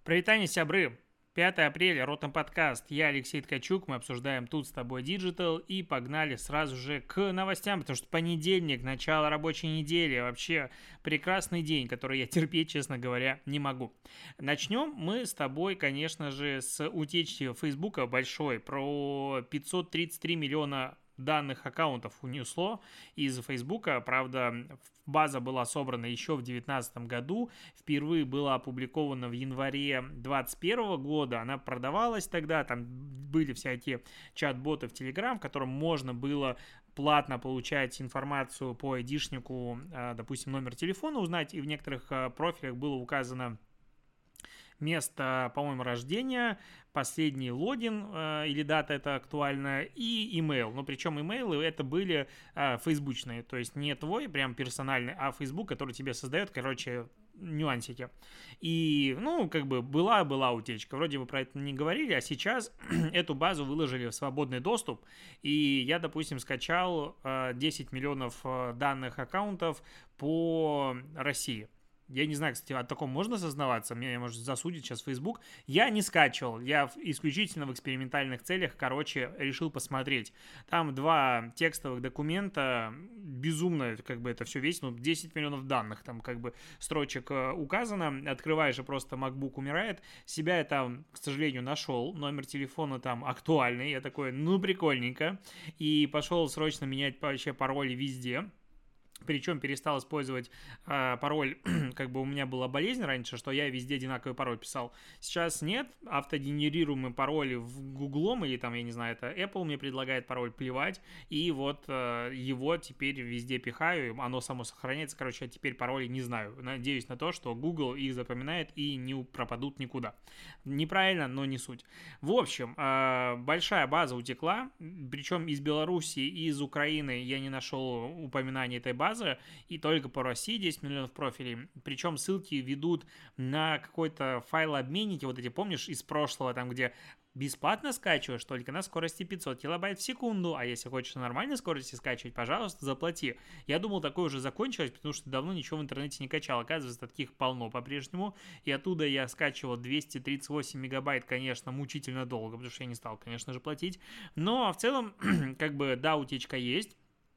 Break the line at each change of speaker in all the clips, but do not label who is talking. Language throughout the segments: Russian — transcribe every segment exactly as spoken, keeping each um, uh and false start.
Привет, сябры! пятое апреля, Ротом подкаст. Я Алексей Ткачук, мы обсуждаем тут с тобой диджитал и погнали сразу же к новостям, потому что понедельник, начало рабочей недели, вообще прекрасный день, который я терпеть, честно говоря, не могу. Начнем мы с тобой, конечно же, с утечки Фейсбука большой, про пятьсот тридцать три миллиона данных аккаунтов унесло из Фейсбука. Правда, база была собрана еще в две тысячи девятнадцатом году, впервые была опубликована в январе две тысячи двадцать первого года, она продавалась тогда, там были всякие чат-боты в Telegram, в котором можно было платно получать информацию по айдишнику, допустим, номер телефона узнать, и в некоторых профилях было указано место, по-моему, рождения, последний логин э, или дата это актуальна, и имейл. Ну, причем имейлы это были э, фейсбучные, то есть не твой прям персональный, а Facebook, который тебе создает, короче, нюансики. И, ну, как бы была-была утечка. Вроде бы про это не говорили, а сейчас эту базу выложили в свободный доступ. И я, допустим, скачал э, десять миллионов данных аккаунтов по России. Я не знаю, кстати, о таком можно сознаваться, меня, может, засудит сейчас Facebook. Я не скачивал, я исключительно в экспериментальных целях, короче, решил посмотреть. Там два текстовых документа, безумно, как бы это все весит, ну, десять миллионов данных, там, как бы, строчек указано, открываешь, и просто MacBook умирает. Себя я там, к сожалению, нашел, номер телефона там актуальный, я такой, ну, прикольненько, и пошел срочно менять вообще пароли везде. Причем перестал использовать э, пароль, как бы у меня была болезнь раньше, что я везде одинаковый пароль писал. Сейчас нет, автогенерируемые пароли в Гуглом или там, я не знаю, это Apple мне предлагает пароль, плевать. И вот э, его теперь везде пихаю, оно само сохраняется. Короче, я теперь пароли не знаю. Надеюсь на то, что Google их запоминает и не пропадут никуда. Неправильно, но не суть. В общем, э, большая база утекла, причем из Беларуси и из Украины я не нашел упоминания этой базы. И только по России десять миллионов профилей. Причем ссылки ведут на какой-то файлообменники, вот эти, помнишь, из прошлого, там, где бесплатно скачиваешь только на скорости пятьсот килобайт в секунду, а если хочешь на нормальной скорости скачивать, пожалуйста, заплати. Я думал, такое уже закончилось, потому что давно ничего в интернете не качал. Оказывается, таких полно по-прежнему. И оттуда я скачивал двести тридцать восемь мегабайт, конечно, мучительно долго, потому что я не стал, конечно же, платить. Но в целом, как бы, да, утечка есть.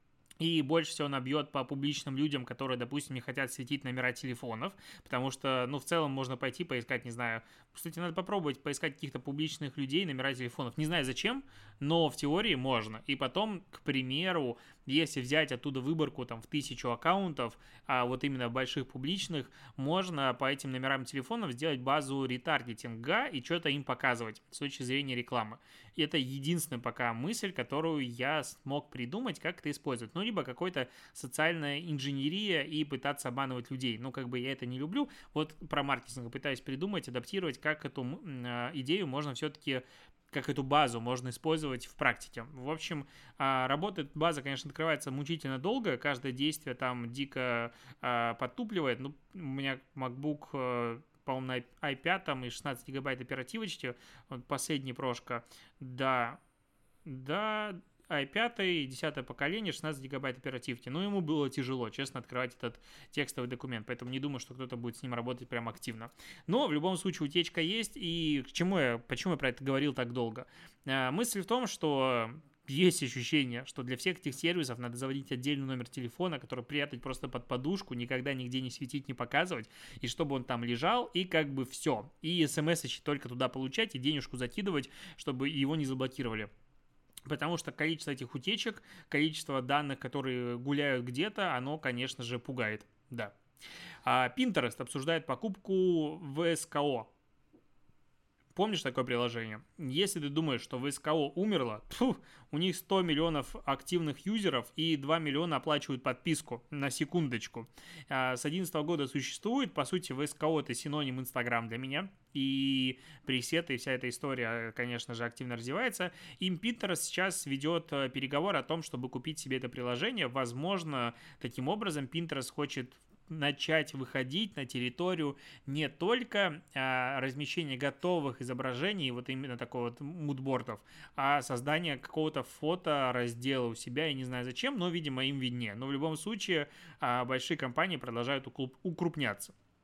И больше всего она бьет по публичным людям, которые, допустим, не хотят светить номера телефонов, потому что, ну, в целом можно пойти поискать, не знаю, кстати, надо попробовать поискать каких-то публичных людей, номера телефонов. Не знаю зачем, но в теории можно. И потом, к примеру, если взять оттуда выборку там в тысячу аккаунтов, а вот именно больших публичных, можно по этим номерам телефонов сделать базу ретаргетинга и что-то им показывать с точки зрения рекламы. И это единственная пока мысль, которую я смог придумать, как это использовать. Ну, либо какой-то социальная инженерия и пытаться обманывать людей. Ну, как бы я это не люблю. Вот про маркетинг пытаюсь придумать, адаптировать, как эту э, идею можно все-таки, как эту базу можно использовать в практике. В общем, работает база, конечно, открывается мучительно долго, каждое действие там дико подтупливает. Ну, у меня MacBook, по-моему, на ай пять и шестнадцать гигабайт оперативочки, вот последняя прошка, да, да, ай пять, десятое поколение, шестнадцать гигабайт оперативки. Но ему было тяжело, честно, открывать этот текстовый документ, поэтому не думаю, что кто-то будет с ним работать прям активно. Но в любом случае утечка есть, и к чему я, почему я про это говорил так долго? Мысль в том, что есть ощущение, что для всех этих сервисов надо заводить отдельный номер телефона, который прятать просто под подушку, никогда нигде не светить, не показывать, и чтобы он там лежал, и как бы все. И смс-очки только туда получать, и денежку закидывать, чтобы его не заблокировали. Потому что количество этих утечек, количество данных, которые гуляют где-то, оно, конечно же, пугает. Да. Pinterest обсуждает покупку ви эс ка о. Помнишь такое приложение? Если ты думаешь, что ви эс ка о умерло, тьфу, у них сто миллионов активных юзеров и два миллиона оплачивают подписку, на секундочку. С две тысячи одиннадцатого года существует, по сути, ви эс ка о это синоним Инстаграм для меня, и пресеты, и вся эта история, конечно же, активно развивается. И Pinterest сейчас ведет переговоры о том, чтобы купить себе это приложение. Возможно, таким образом Pinterest хочет начать выходить на территорию не только а, размещения готовых изображений, вот именно такого вот мудбордов, а создание какого-то фото раздела у себя, я не знаю зачем, но, видимо, им виднее. Но в любом случае а, большие компании продолжают укрупняться.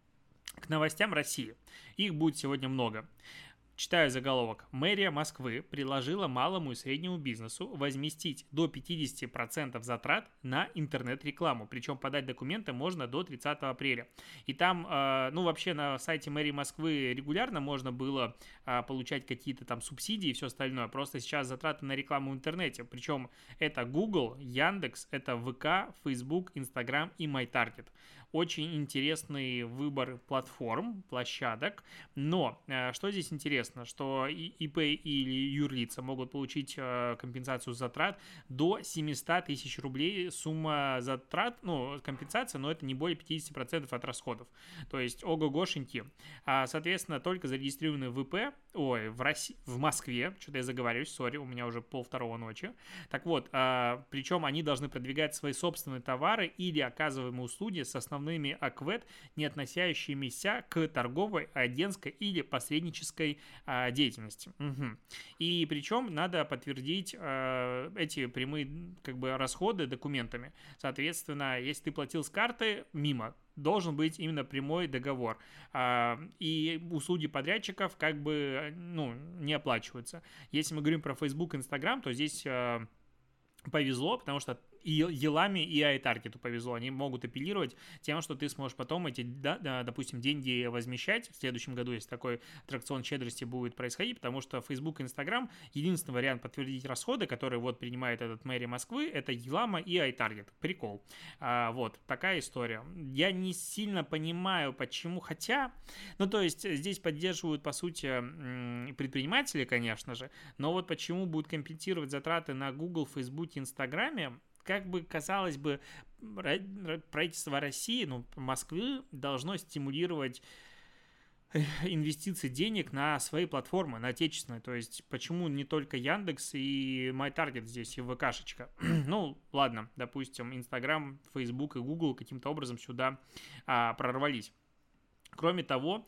К новостям России. Их будет сегодня много. Читаю заголовок. Мэрия Москвы предложила малому и среднему бизнесу возместить до пятидесяти процентов затрат на интернет-рекламу. Причем подать документы можно до тридцатого апреля. И там, э, ну вообще на сайте мэрии Москвы регулярно можно было э, получать какие-то там субсидии и все остальное. Просто сейчас затраты на рекламу в интернете. Причем это Google, Яндекс, это ВК, Facebook, Instagram и MyTarget. Очень интересный выбор платформ, площадок. Но э, что здесь интересно, что ИП или юрлица могут получить э, компенсацию затрат до семьсот тысяч рублей. Сумма затрат, ну, компенсация, но это не более пятидесяти процентов от расходов. То есть ого-гошеньки. А, соответственно, только зарегистрированные в ИП, ой, в, России, в Москве, что-то я заговариваюсь, сори, у меня уже пол второго ночи. Так вот, а, причем они должны продвигать свои собственные товары или оказываемые услуги с основными АКВЭД, не относящимися к торговой, агентской или посреднической а, деятельности. Угу. И причем надо подтвердить а, эти прямые как бы расходы документами. Соответственно, если ты платил с карты, мимо. Должен быть именно прямой договор. А, и услуги подрядчиков как бы ну, не оплачиваются. Если мы говорим про Facebook, Instagram, то здесь а, повезло, потому что и Елами, и iTarget повезло. Они могут апеллировать тем, что ты сможешь потом эти, да, допустим, деньги возмещать в следующем году, если такой аттракцион щедрости будет происходить, потому что Facebook и Instagram единственный вариант подтвердить расходы, который вот принимает этот мэрия Москвы, это Елама и iTarget. Прикол. А, вот, такая история. Я не сильно понимаю, почему, хотя, ну, то есть здесь поддерживают, по сути, предприниматели, конечно же, но вот почему будут компенсировать затраты на Google, Facebook, Инстаграме, как бы, казалось бы, правительство России, ну, Москвы должно стимулировать инвестиции денег на свои платформы, на отечественные. То есть, почему не только Яндекс и MyTarget здесь, и ВКшечка? Ну, ладно, допустим, Инстаграм, Фейсбук и Google каким-то образом сюда а, прорвались. Кроме того,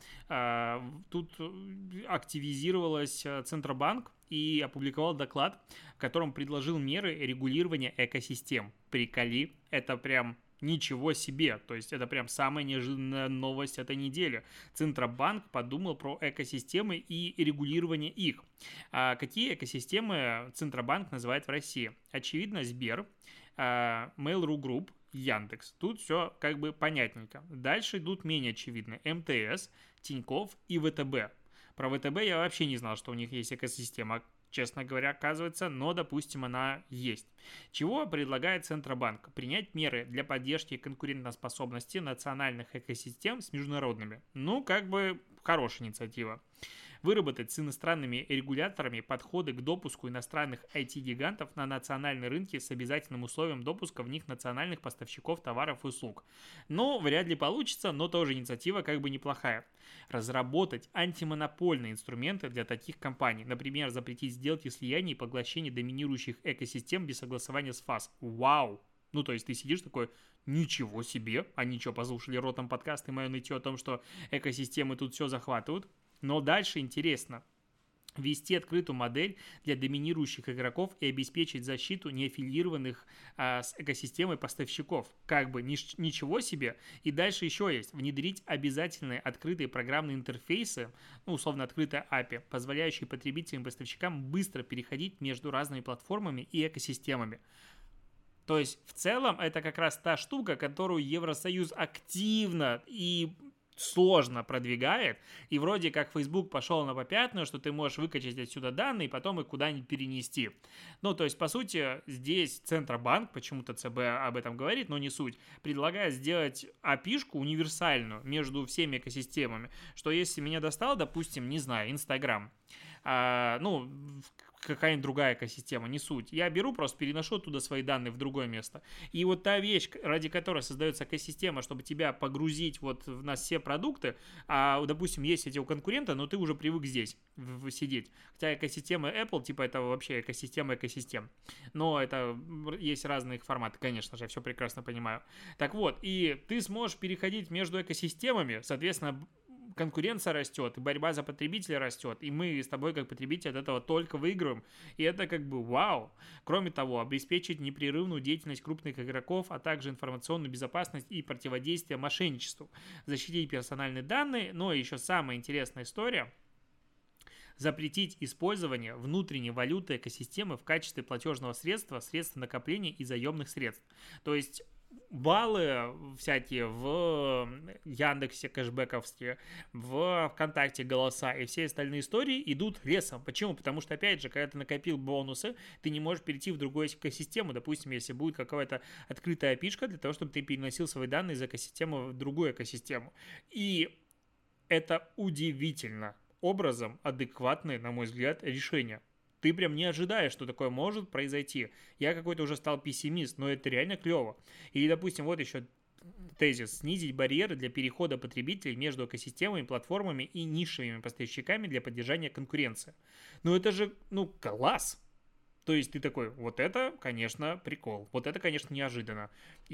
тут активизировалась Центробанк и опубликовал доклад, в котором предложил меры регулирования экосистем. Приколи, это прям ничего себе, то есть это прям самая неожиданная новость этой недели. Центробанк подумал про экосистемы и регулирование их. А какие экосистемы Центробанк называет в России? Очевидно, Сбер, Mail.ru Group, Яндекс. Тут все как бы понятненько. Дальше идут менее очевидные. МТС, Тинькофф и ВТБ. Про ВТБ я вообще не знал, что у них есть экосистема, честно говоря, оказывается, но, допустим, она есть. Чего предлагает Центробанк? Принять меры для поддержки конкурентоспособности национальных экосистем с международными. Ну, как бы хорошая инициатива. Выработать с иностранными регуляторами подходы к допуску иностранных ай ти-гигантов на национальные рынки с обязательным условием допуска в них национальных поставщиков товаров и услуг. Ну, вряд ли получится, но тоже инициатива как бы неплохая. Разработать антимонопольные инструменты для таких компаний. Например, запретить сделки слияния и поглощения доминирующих экосистем без согласования с ФАС. Вау! Ну, то есть ты сидишь такой, ничего себе, они что, послушали ротом подкаст и мое нытье о том, что экосистемы тут все захватывают. Но дальше интересно. Ввести открытую модель для доминирующих игроков и обеспечить защиту неаффилированных а, с экосистемой поставщиков. Как бы ни, ничего себе. И дальше еще есть. Внедрить обязательные открытые программные интерфейсы, ну, условно открытая эй пи ай, позволяющие потребителям и поставщикам быстро переходить между разными платформами и экосистемами. То есть, в целом, это как раз та штука, которую Евросоюз активно и сложно продвигает, и вроде как Facebook пошел на попятную, что ты можешь выкачать отсюда данные и потом их куда-нибудь перенести. Ну, то есть, по сути, здесь Центробанк, почему-то ЦБ об этом говорит, но не суть, предлагает сделать эй пи ай-шку универсальную между всеми экосистемами, что если меня достал, допустим, не знаю, Инстаграм, а, ну, какая-нибудь другая экосистема, не суть. Я беру, просто переношу туда свои данные в другое место. И вот та вещь, ради которой создается экосистема, чтобы тебя погрузить вот в нас все продукты, а, допустим, есть эти у конкурента, но ты уже привык здесь в- в- сидеть. Хотя экосистема Apple, типа, это вообще экосистема экосистем. Но это есть разные их форматы, конечно же, я все прекрасно понимаю. Так вот, и ты сможешь переходить между экосистемами, соответственно, конкуренция растет, и борьба за потребителя растет, и мы с тобой как потребители от этого только выигрываем, и это как бы вау. Кроме того, обеспечить непрерывную деятельность крупных игроков, а также информационную безопасность и противодействие мошенничеству, защитить персональные данные, но еще самая интересная история – запретить использование внутренней валюты экосистемы в качестве платежного средства, средств накопления и заемных средств. То есть баллы всякие в Яндексе кэшбэковские, в ВКонтакте голоса и все остальные истории идут лесом. Почему? Потому что, опять же, когда ты накопил бонусы, ты не можешь перейти в другую экосистему. Допустим, если будет какая-то открытая опишка для того, чтобы ты переносил свои данные из экосистемы в другую экосистему. И это удивительно образом адекватное, на мой взгляд, решение. Ты прям не ожидаешь, что такое может произойти. Я какой-то уже стал пессимист, но это реально клево. Или, допустим, вот еще тезис. Снизить барьеры для перехода потребителей между экосистемами, платформами и нишевыми поставщиками для поддержания конкуренции. Ну это же, ну, класс! То есть ты такой, вот это, конечно, прикол. Вот это, конечно, неожиданно.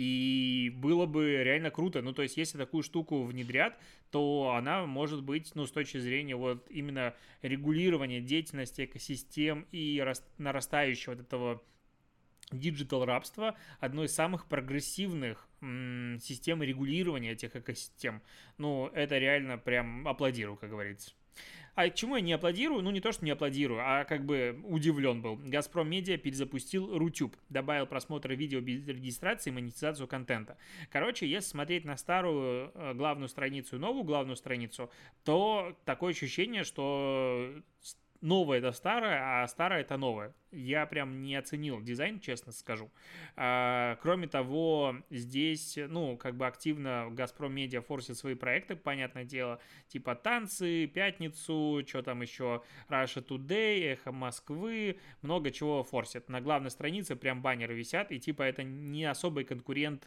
И было бы реально круто. Ну, то есть, если такую штуку внедрят, то она может быть, ну, с точки зрения вот именно регулирования деятельности экосистем и нарастающего вот этого диджитал-рабства, одной из самых прогрессивных м- систем регулирования этих экосистем. Ну, это реально прям аплодирую, как говорится. А чему я не аплодирую? Ну, не то, что не аплодирую, а как бы удивлен был. Газпром Медиа перезапустил Рутюб, добавил просмотры видео без регистрации и монетизацию контента. Короче, если смотреть на старую главную страницу и новую главную страницу, то такое ощущение, что новое это старое, а старое это новое. Я прям не оценил дизайн, честно скажу. А, кроме того, здесь, ну, как бы активно Газпром Медиа форсит свои проекты, понятное дело, типа танцы, пятницу, что там еще, Russia Today, Эхо Москвы, много чего форсит. На главной странице прям баннеры висят, и типа это не особый конкурент,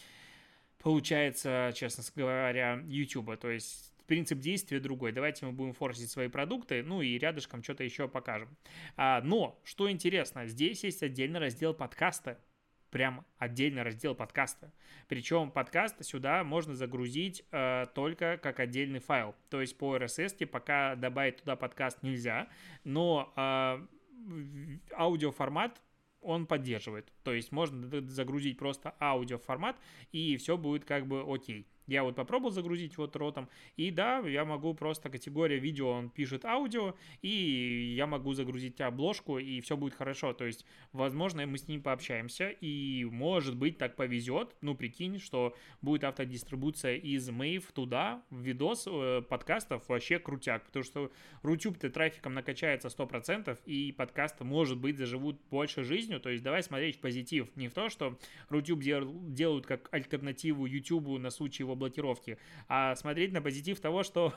получается, честно говоря, YouTube. То есть принцип действия другой. Давайте мы будем форсить свои продукты, ну и рядышком что-то еще покажем. А, но, что интересно, здесь есть отдельный раздел подкаста. Прям отдельный раздел подкаста. Причем подкаст сюда можно загрузить э, только как отдельный файл. То есть по эр эс эс пока добавить туда подкаст нельзя, но э, аудиоформат он поддерживает. То есть можно загрузить просто аудиоформат, и все будет как бы окей. Я вот попробовал загрузить вот ротом, и да, я могу просто категория видео, он пишет аудио, и я могу загрузить обложку, и все будет хорошо. То есть, возможно, мы с ним пообщаемся, и может быть так повезет, ну прикинь, что будет автодистрибуция из Мэйв туда, в видос э, подкастов, вообще крутяк, потому что Рутюб-то трафиком накачается сто процентов, и подкасты, может быть, заживут больше жизнью. То есть давай смотреть в позитив, не в то, что Рутюб дел, делают как альтернативу Ютубу на случай его блокировки, а смотреть на позитив того, что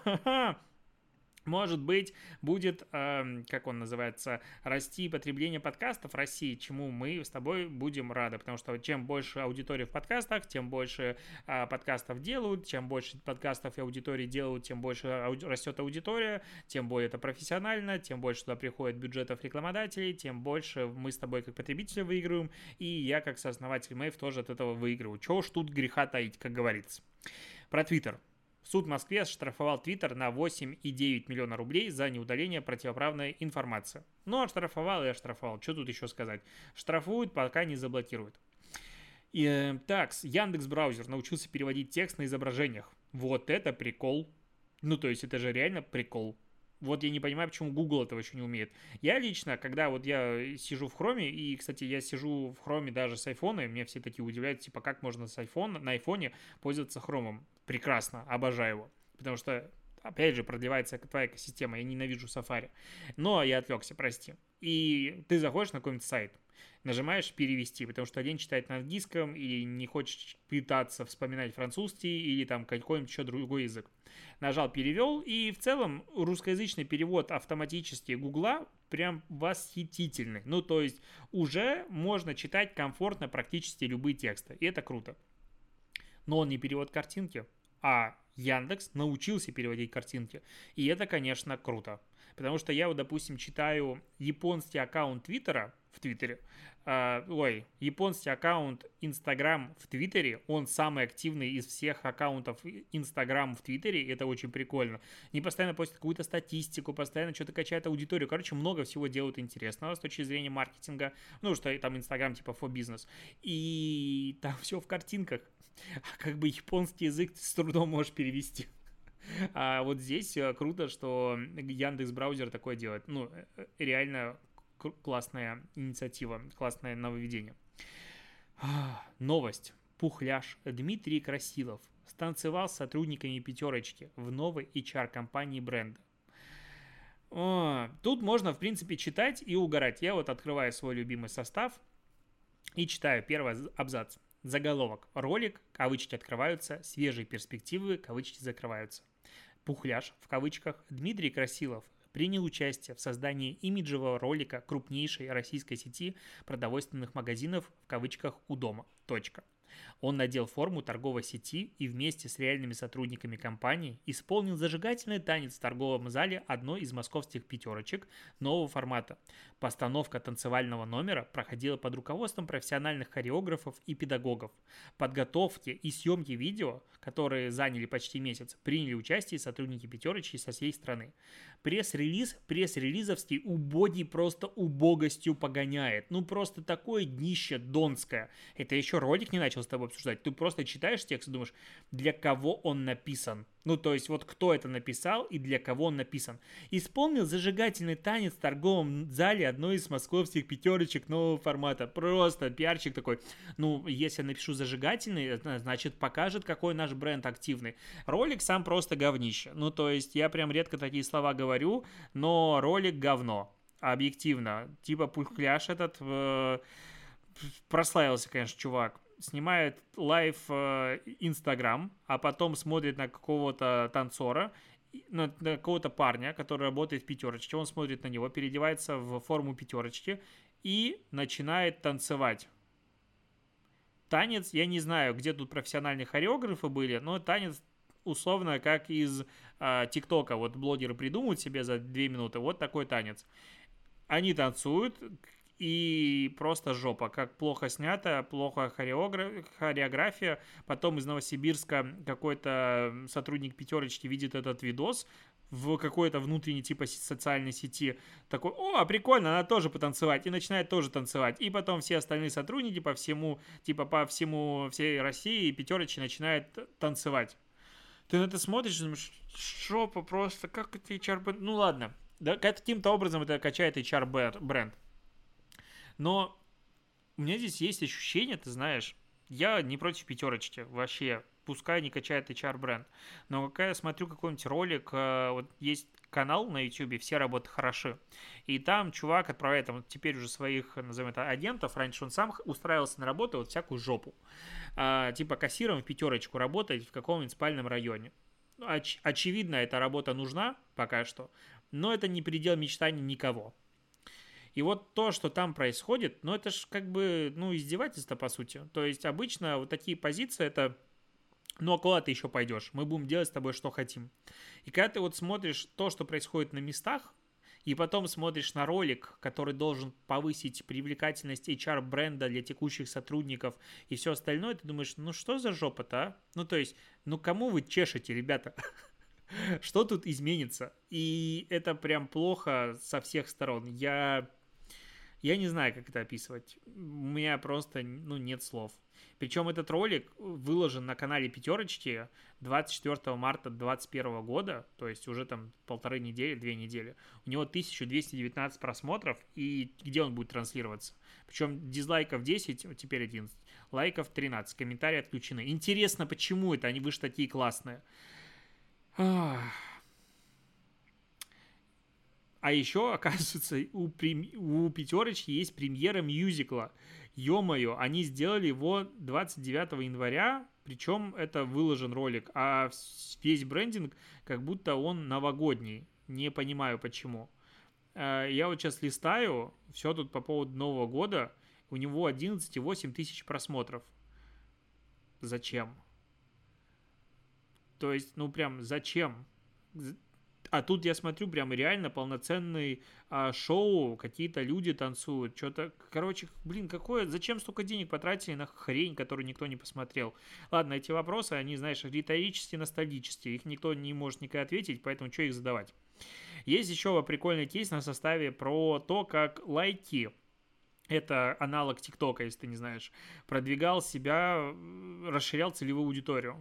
может быть, будет, э, как он называется, расти потребление подкастов в России, чему мы с тобой будем рады, потому что чем больше аудитории в подкастах, тем больше э, подкастов делают, чем больше подкастов и аудитории делают, тем больше ауди- растет аудитория, тем более это профессионально, тем больше туда приходит бюджетов рекламодателей, тем больше мы с тобой как потребители выигрываем, и я как сооснователь Мэйв тоже от этого выигрываю. Чего уж тут греха таить, как говорится. Про Твиттер. Суд в Москве оштрафовал Твиттер на восемь и девять миллиона рублей за неудаление противоправной информации. Ну, оштрафовал и оштрафовал. Что тут еще сказать? Штрафуют, пока не заблокируют. И, э, так, Яндекс.Браузер научился переводить текст на изображениях. Вот это прикол. Ну, то есть, это же реально прикол. Вот я не понимаю, почему Google этого еще не умеет. Я лично, когда вот я сижу в Chrome, и, кстати, я сижу в Chrome даже с айфона, и мне все такие удивляют, типа, как можно с iPhone, на айфоне пользоваться Chrome. Прекрасно, обожаю его. Потому что, опять же, продлевается твоя экосистема, я ненавижу Safari. Но я отвлекся, прости. И ты заходишь на какой-нибудь сайт, нажимаешь «Перевести», потому что лень читать на английском, или не хочешь пытаться вспоминать французский, или там какой-нибудь еще другой язык. Нажал «Перевел», и в целом русскоязычный перевод автоматически Гугла прям восхитительный. Ну, то есть уже можно читать комфортно практически любые тексты, и это круто. Но он не перевод картинки, а Яндекс научился переводить картинки. И это, конечно, круто. Потому что я, вот, допустим, читаю японский аккаунт Твиттера, в Твиттере. Uh, ой, японский аккаунт Instagram в Твиттере, он самый активный из всех аккаунтов Instagram в Твиттере, это очень прикольно. Они постоянно постят какую-то статистику, постоянно что-то качают аудиторию. Короче, много всего делают интересного с точки зрения маркетинга. Ну, что там Instagram типа for business. И там все в картинках. Как бы японский язык ты с трудом можешь перевести. А вот здесь круто, что Яндекс браузер такое делает. Ну, реально классная инициатива, классное нововведение. Новость. Пухляш Дмитрий Красилов станцевал с сотрудниками пятерочки в новой эйч ар-компании бренда. О, тут можно, в принципе, читать и угорать. Я вот открываю свой любимый состав и читаю первый абзац. Заголовок. Ролик, кавычки открываются, свежие перспективы, кавычки закрываются. Пухляш, в кавычках, Дмитрий Красилов принял участие в создании имиджевого ролика крупнейшей российской сети продовольственных магазинов, в кавычках, у дома. Точка. Он надел форму торговой сети и вместе с реальными сотрудниками компании исполнил зажигательный танец в торговом зале одной из московских пятерочек нового формата. Постановка танцевального номера проходила под руководством профессиональных хореографов и педагогов. В подготовке и съемке видео, которые заняли почти месяц, приняли участие сотрудники пятерочки со всей страны. Пресс-релиз, пресс-релизовский убогий просто убогостью погоняет. Ну просто такое днище донское. Это еще ролик не начал с тобой обсуждать. Ты просто читаешь текст и думаешь, для кого он написан. Ну, то есть, вот кто это написал и для кого он написан. Исполнил зажигательный танец в торговом зале одной из московских пятерочек нового формата. Просто пиарчик такой. Ну, если я напишу зажигательный, значит, покажет, какой наш бренд активный. Ролик сам просто говнище. Ну, то есть, я прям редко такие слова говорю, но ролик говно. Объективно. Типа Пухляш этот э, прославился, конечно, чувак. Снимает лайв Инстаграм, э, а потом смотрит на какого-то танцора, на, на какого-то парня, который работает в пятерочке. Он смотрит на него, переодевается в форму пятерочки и начинает танцевать. Танец, я не знаю, где тут профессиональные хореографы были, но танец условно как из э, ТикТока. Вот блогеры придумывают себе за две минуты вот такой танец. Они танцуют, и просто жопа, как плохо снято, плохо хореограф... хореография. Потом из Новосибирска какой-то сотрудник пятерочки видит этот видос в какой-то внутренней типа социальной сети. Такой, о, прикольно, надо тоже потанцевать. И начинает тоже танцевать. И потом все остальные сотрудники по всему, типа по всему всей России пятерочки начинают танцевать. Ты на это смотришь и думаешь, жопа просто, как это эйч ар-бренд? Ну ладно, да, каким-то образом это качает эйч ар-бренд. Но у меня здесь есть ощущение, ты знаешь, я не против пятерочки, вообще, пускай не качает эйч ар-бренд, но когда я смотрю какой-нибудь ролик, вот есть канал на ютубе «Все работы хороши», и там чувак отправляет там, теперь уже своих, назовем это, агентов, раньше он сам устраивался на работу, вот всякую жопу, а, типа кассиром в пятерочку работать в каком-нибудь спальном районе. Оч- очевидно, эта работа нужна пока что, но это не предел мечтаний никого. И вот то, что там происходит, ну, это ж как бы, ну, издевательство, по сути. То есть обычно вот такие позиции, это, ну, а куда ты еще пойдешь? Мы будем делать с тобой, что хотим. И когда ты вот смотришь то, что происходит на местах, и потом смотришь на ролик, который должен повысить привлекательность эйч ар-бренда для текущих сотрудников и все остальное, ты думаешь, ну, что за жопа-то, а? Ну, то есть, ну, кому вы чешете, ребята? Что тут изменится? И это прям плохо со всех сторон. Я... Я не знаю, как это описывать. У меня просто, ну, нет слов. Причем этот ролик выложен на канале Пятерочки двадцать четвёртого марта двадцать первого года, то есть уже там полторы недели, две недели. У него тысяча двести девятнадцать просмотров, и где он будет транслироваться? Причем дизлайков десять, теперь одиннадцать, лайков тринадцать, комментарии отключены. Интересно, почему это? Они, вы же такие классные. А еще, оказывается, у, прем... у пятерочки есть премьера мюзикла. Ё-моё, они сделали его двадцать девятого января, причем это выложен ролик, а весь брендинг как будто он новогодний. Не понимаю, почему. Я вот сейчас листаю, все тут по поводу Нового года, у него одиннадцать и восемь тысяч просмотров. Зачем? То есть, ну прям, зачем? А тут я смотрю, прям реально полноценный а, шоу, какие-то люди танцуют, что-то, короче, блин, какое, зачем столько денег потратили на хрень, которую никто не посмотрел? Ладно, эти вопросы, они, знаешь, риторические, ностальгические, их никто не может никогда ответить, поэтому что их задавать? Есть еще прикольный кейс на составе про то, как лайки, это аналог ТикТока, если ты не знаешь, продвигал себя, расширял целевую аудиторию.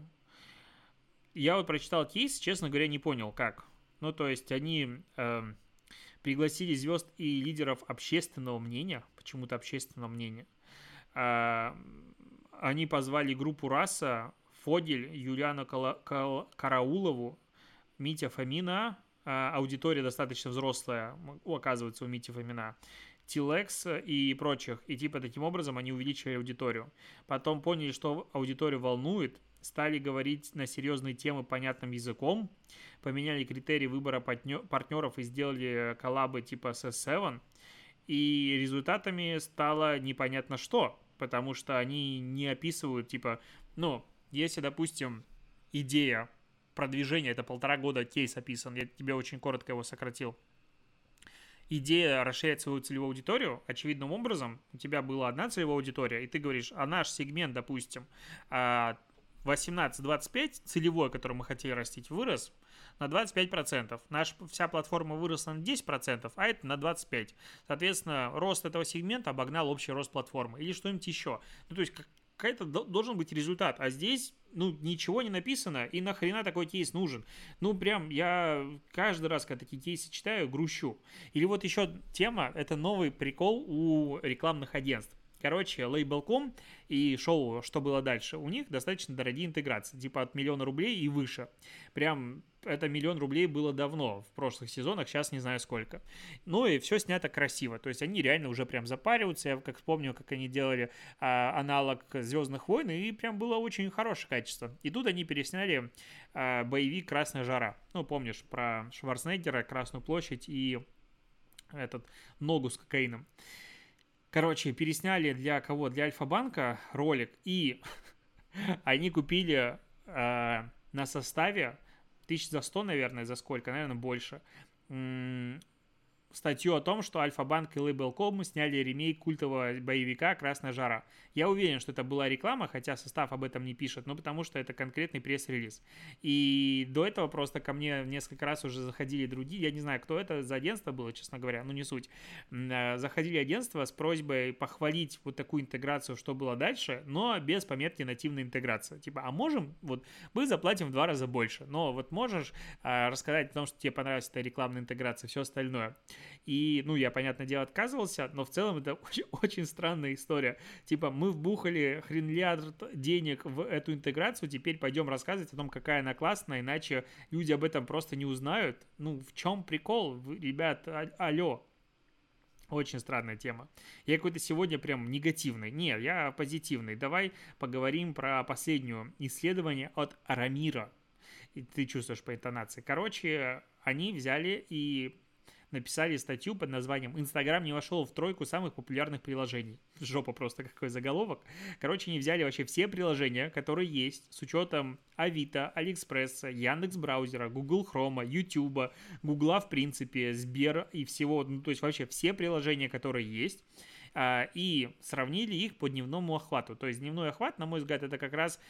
Я вот прочитал кейс, честно говоря, не понял, как. Ну, то есть они э, пригласили звезд и лидеров общественного мнения, почему-то общественного мнения. Э, они позвали группу «Раса», Фодель, Юлиану Кала- Кал- Караулову, Митя Фомина, э, аудитория достаточно взрослая, оказывается, у Мити Фомина, Тилекс и прочих. И типа таким образом они увеличили аудиторию. Потом поняли, что аудиторию волнует, стали говорить на серьезные темы понятным языком, поменяли критерии выбора партнеров и сделали коллабы типа с эс семь, и результатами стало непонятно что, потому что они не описывают, типа, ну, если, допустим, идея продвижения, это полтора года кейс описан, я тебе очень коротко его сократил, идея расширять свою целевую аудиторию, очевидным образом, у тебя была одна целевая аудитория, и ты говоришь, а наш сегмент, допустим, восемнадцать двадцать пять, целевой, который мы хотели растить, вырос на двадцать пять процентов. Наша вся платформа выросла на десять процентов, а это на двадцать пять процентов. Соответственно, рост этого сегмента обогнал общий рост платформы. Или что-нибудь еще. Ну, то есть, какой-то должен быть результат. А здесь, ну, ничего не написано, и нахрена такой кейс нужен? Ну, прям, я каждый раз, когда такие кейсы читаю, грущу. Или вот еще тема, это новый прикол у рекламных агентств. Короче, лейбл точка ком и шоу «Что было дальше», у них достаточно дорогие интеграции, типа от миллиона рублей и выше. Прям это миллион рублей было давно, в прошлых сезонах, сейчас не знаю сколько. Ну и все снято красиво, то есть они реально уже прям запариваются. Я как вспомню, как они делали а, аналог «Звездных войн», и прям было очень хорошее качество. И тут они пересняли а, боевик «Красная жара». Ну, помнишь про Шварценеггера, Красную площадь и этот ногу с кокаином. Короче, пересняли для кого? Для Альфа-банка ролик, и они купили э, на составе тысяч за сто, наверное, за сколько, наверное, больше, м- статью о том, что Альфа-банк и лейбл точка ком сняли ремейк культового боевика «Красная жара». Я уверен, что это была реклама, хотя состав об этом не пишет, но потому что это конкретный пресс-релиз. И до этого просто ко мне несколько раз уже заходили другие, я не знаю, кто это за агентство было, честно говоря, ну не суть. Заходили агентства с просьбой похвалить вот такую интеграцию, что было дальше, но без пометки нативная интеграция. Типа, а можем, вот мы заплатим в два раза больше, но вот можешь а, рассказать о том, что тебе понравилась эта рекламная интеграция, все остальное. И, ну, я, понятное дело, отказывался, но в целом это очень, очень странная история. Типа, мы вбухали хренлиард денег в эту интеграцию, теперь пойдем рассказывать о том, какая она классная, иначе люди об этом просто не узнают. Ну, в чем прикол? Вы, ребят, а- алло. Очень странная тема. Я какой-то сегодня прям негативный. Нет, я позитивный. Давай поговорим про последнее исследование от Рамира. И ты чувствуешь по интонации. Короче, они взяли и написали статью под названием «Инстаграм не вошел в тройку самых популярных приложений». Жопа просто, какой заголовок. Короче, они взяли вообще все приложения, которые есть, с учетом Авито, Алиэкспресса, Яндекс.Браузера, Google Chrome, Ютуба, Гугла в принципе, Сбер и всего, ну то есть вообще все приложения, которые есть, и сравнили их по дневному охвату. То есть дневной охват, на мой взгляд, это как раз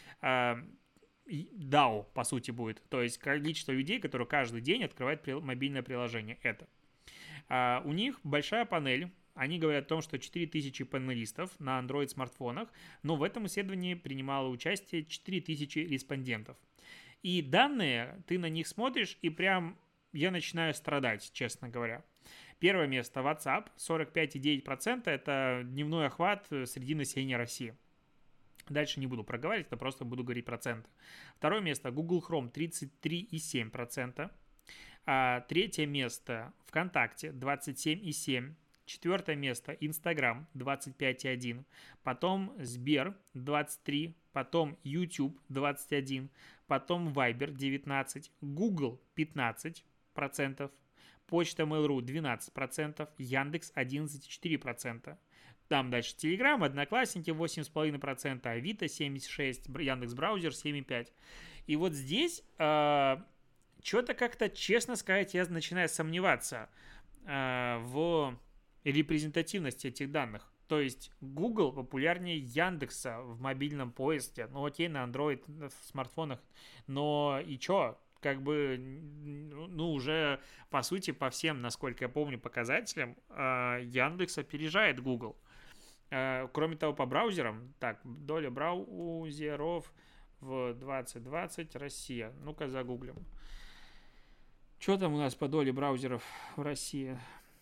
дао, по сути, будет. То есть количество людей, которые каждый день открывают мобильное приложение. Это. Uh, у них большая панель, они говорят о том, что четыре тысячи панелистов на Android-смартфонах, но в этом исследовании принимало участие четыре тысячи респондентов. И данные, ты на них смотришь, и прям я начинаю страдать, честно говоря. Первое место WhatsApp, сорок пять целых девять десятых процента, это дневной охват среди населения России. Дальше не буду проговаривать, это просто буду говорить проценты. Второе место Google Chrome, тридцать три целых семь десятых процента. А третье место ВКонтакте двадцать семь целых семь десятых процента, четвертое место Инстаграм двадцать пять целых один процента, потом Сбер двадцать три процента, потом YouTube двадцать один процент, потом Viber девятнадцать процентов, Google пятнадцать процентов, Почта Mail.ru двенадцать процентов, Яндекс одиннадцать целых четыре десятых процента. Там дальше Telegram, Одноклассники восемь целых пять десятых процента, Авито семьдесят шесть процентов, Яндекс.Браузер семь целых пять десятых процента. И вот здесь... что-то как-то, честно сказать, я начинаю сомневаться э, в репрезентативности этих данных. То есть Google популярнее Яндекса в мобильном поиске. Ну окей, на Android, в смартфонах. Но и чё? Как бы, ну, уже, по сути, по всем, насколько я помню, показателям, э, Яндекс опережает Google. Э, кроме того, по браузерам, так, доля браузеров в двадцать двадцать Россия. Ну-ка загуглим. Что там у нас по доле браузеров в России?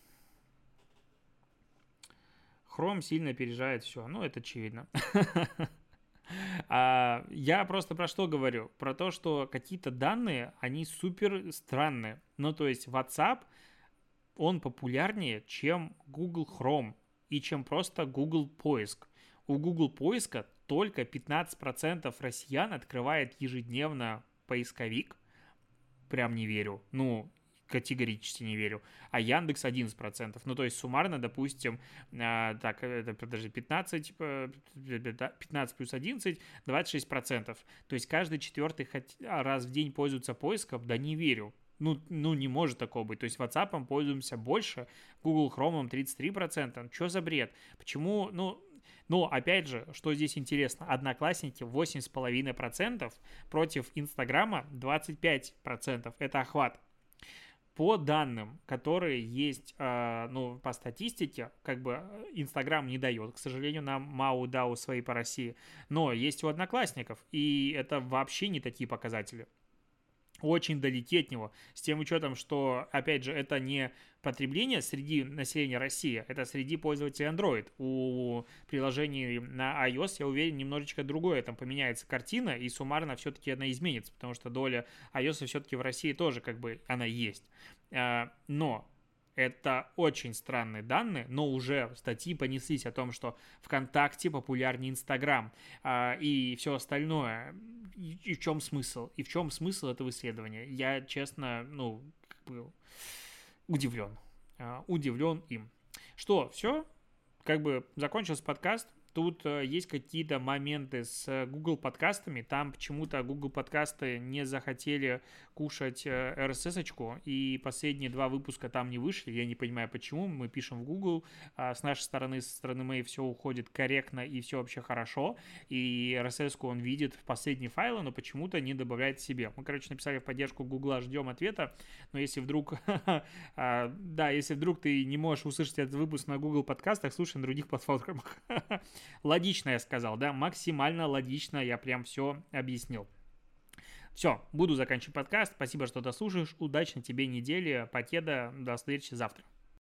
Chrome сильно опережает все. Ну, это очевидно. А, я просто про что говорю? Про то, что какие-то данные, они супер странные. Ну, то есть WhatsApp, он популярнее, чем Google Chrome и чем просто Google поиск. У Google поиска только пятнадцать процентов россиян открывает ежедневно поисковик. Прям не верю. Ну, категорически не верю. А Яндекс одиннадцать процентов. Ну, то есть суммарно, допустим, э, так, это, подожди, пятнадцать, пятнадцать плюс одиннадцать, двадцать шесть процентов. То есть каждый четвертый хоть раз в день пользуется поиском, да не верю. Ну, ну, не может такого быть. То есть WhatsApp пользуемся больше, Google Chrome тридцать три процента. Что за бред? Почему, ну, но, опять же, что здесь интересно, Одноклассники восемь целых пять десятых процента против Инстаграма двадцать пять процентов. Это охват. По данным, которые есть, э, ну, по статистике, как бы Инстаграм не дает, к сожалению, нам МАУ, ДАУ свои по России, но есть у Одноклассников, и это вообще не такие показатели. Очень далеки от него, с тем учетом, что, опять же, это не потребление среди населения России, это среди пользователей Android. У приложений на iOS, я уверен, немножечко другое, там поменяется картина, и суммарно все-таки она изменится, потому что доля iOS все-таки в России тоже как бы она есть. Но это очень странные данные, но уже статьи понеслись о том, что ВКонтакте популярнее Инстаграм а, и все остальное. И, и в чем смысл? И в чем смысл этого исследования? Я, честно, ну, как бы удивлен. А, удивлен им. Что, все? Как бы закончился подкаст. Тут э, есть какие-то моменты с Google подкастами. Там почему-то Google подкасты не захотели кушать э, эр эс эс-очку, и последние два выпуска там не вышли. Я не понимаю, почему. Мы пишем в Google, а с нашей стороны, со стороны моей все уходит корректно и все вообще хорошо. И эр эс эс-ку он видит в последние файлы, но почему-то не добавляет себе. Мы, короче, написали в поддержку Google, ждем ответа. Но если вдруг, да, если вдруг ты не можешь услышать этот выпуск на Google подкастах, слушай на других платформах. Логично я сказал, да, максимально логично я прям все объяснил. Все, буду заканчивать подкаст. Спасибо, что дослушаешь. Удачной тебе недели. Покеда. До встречи завтра.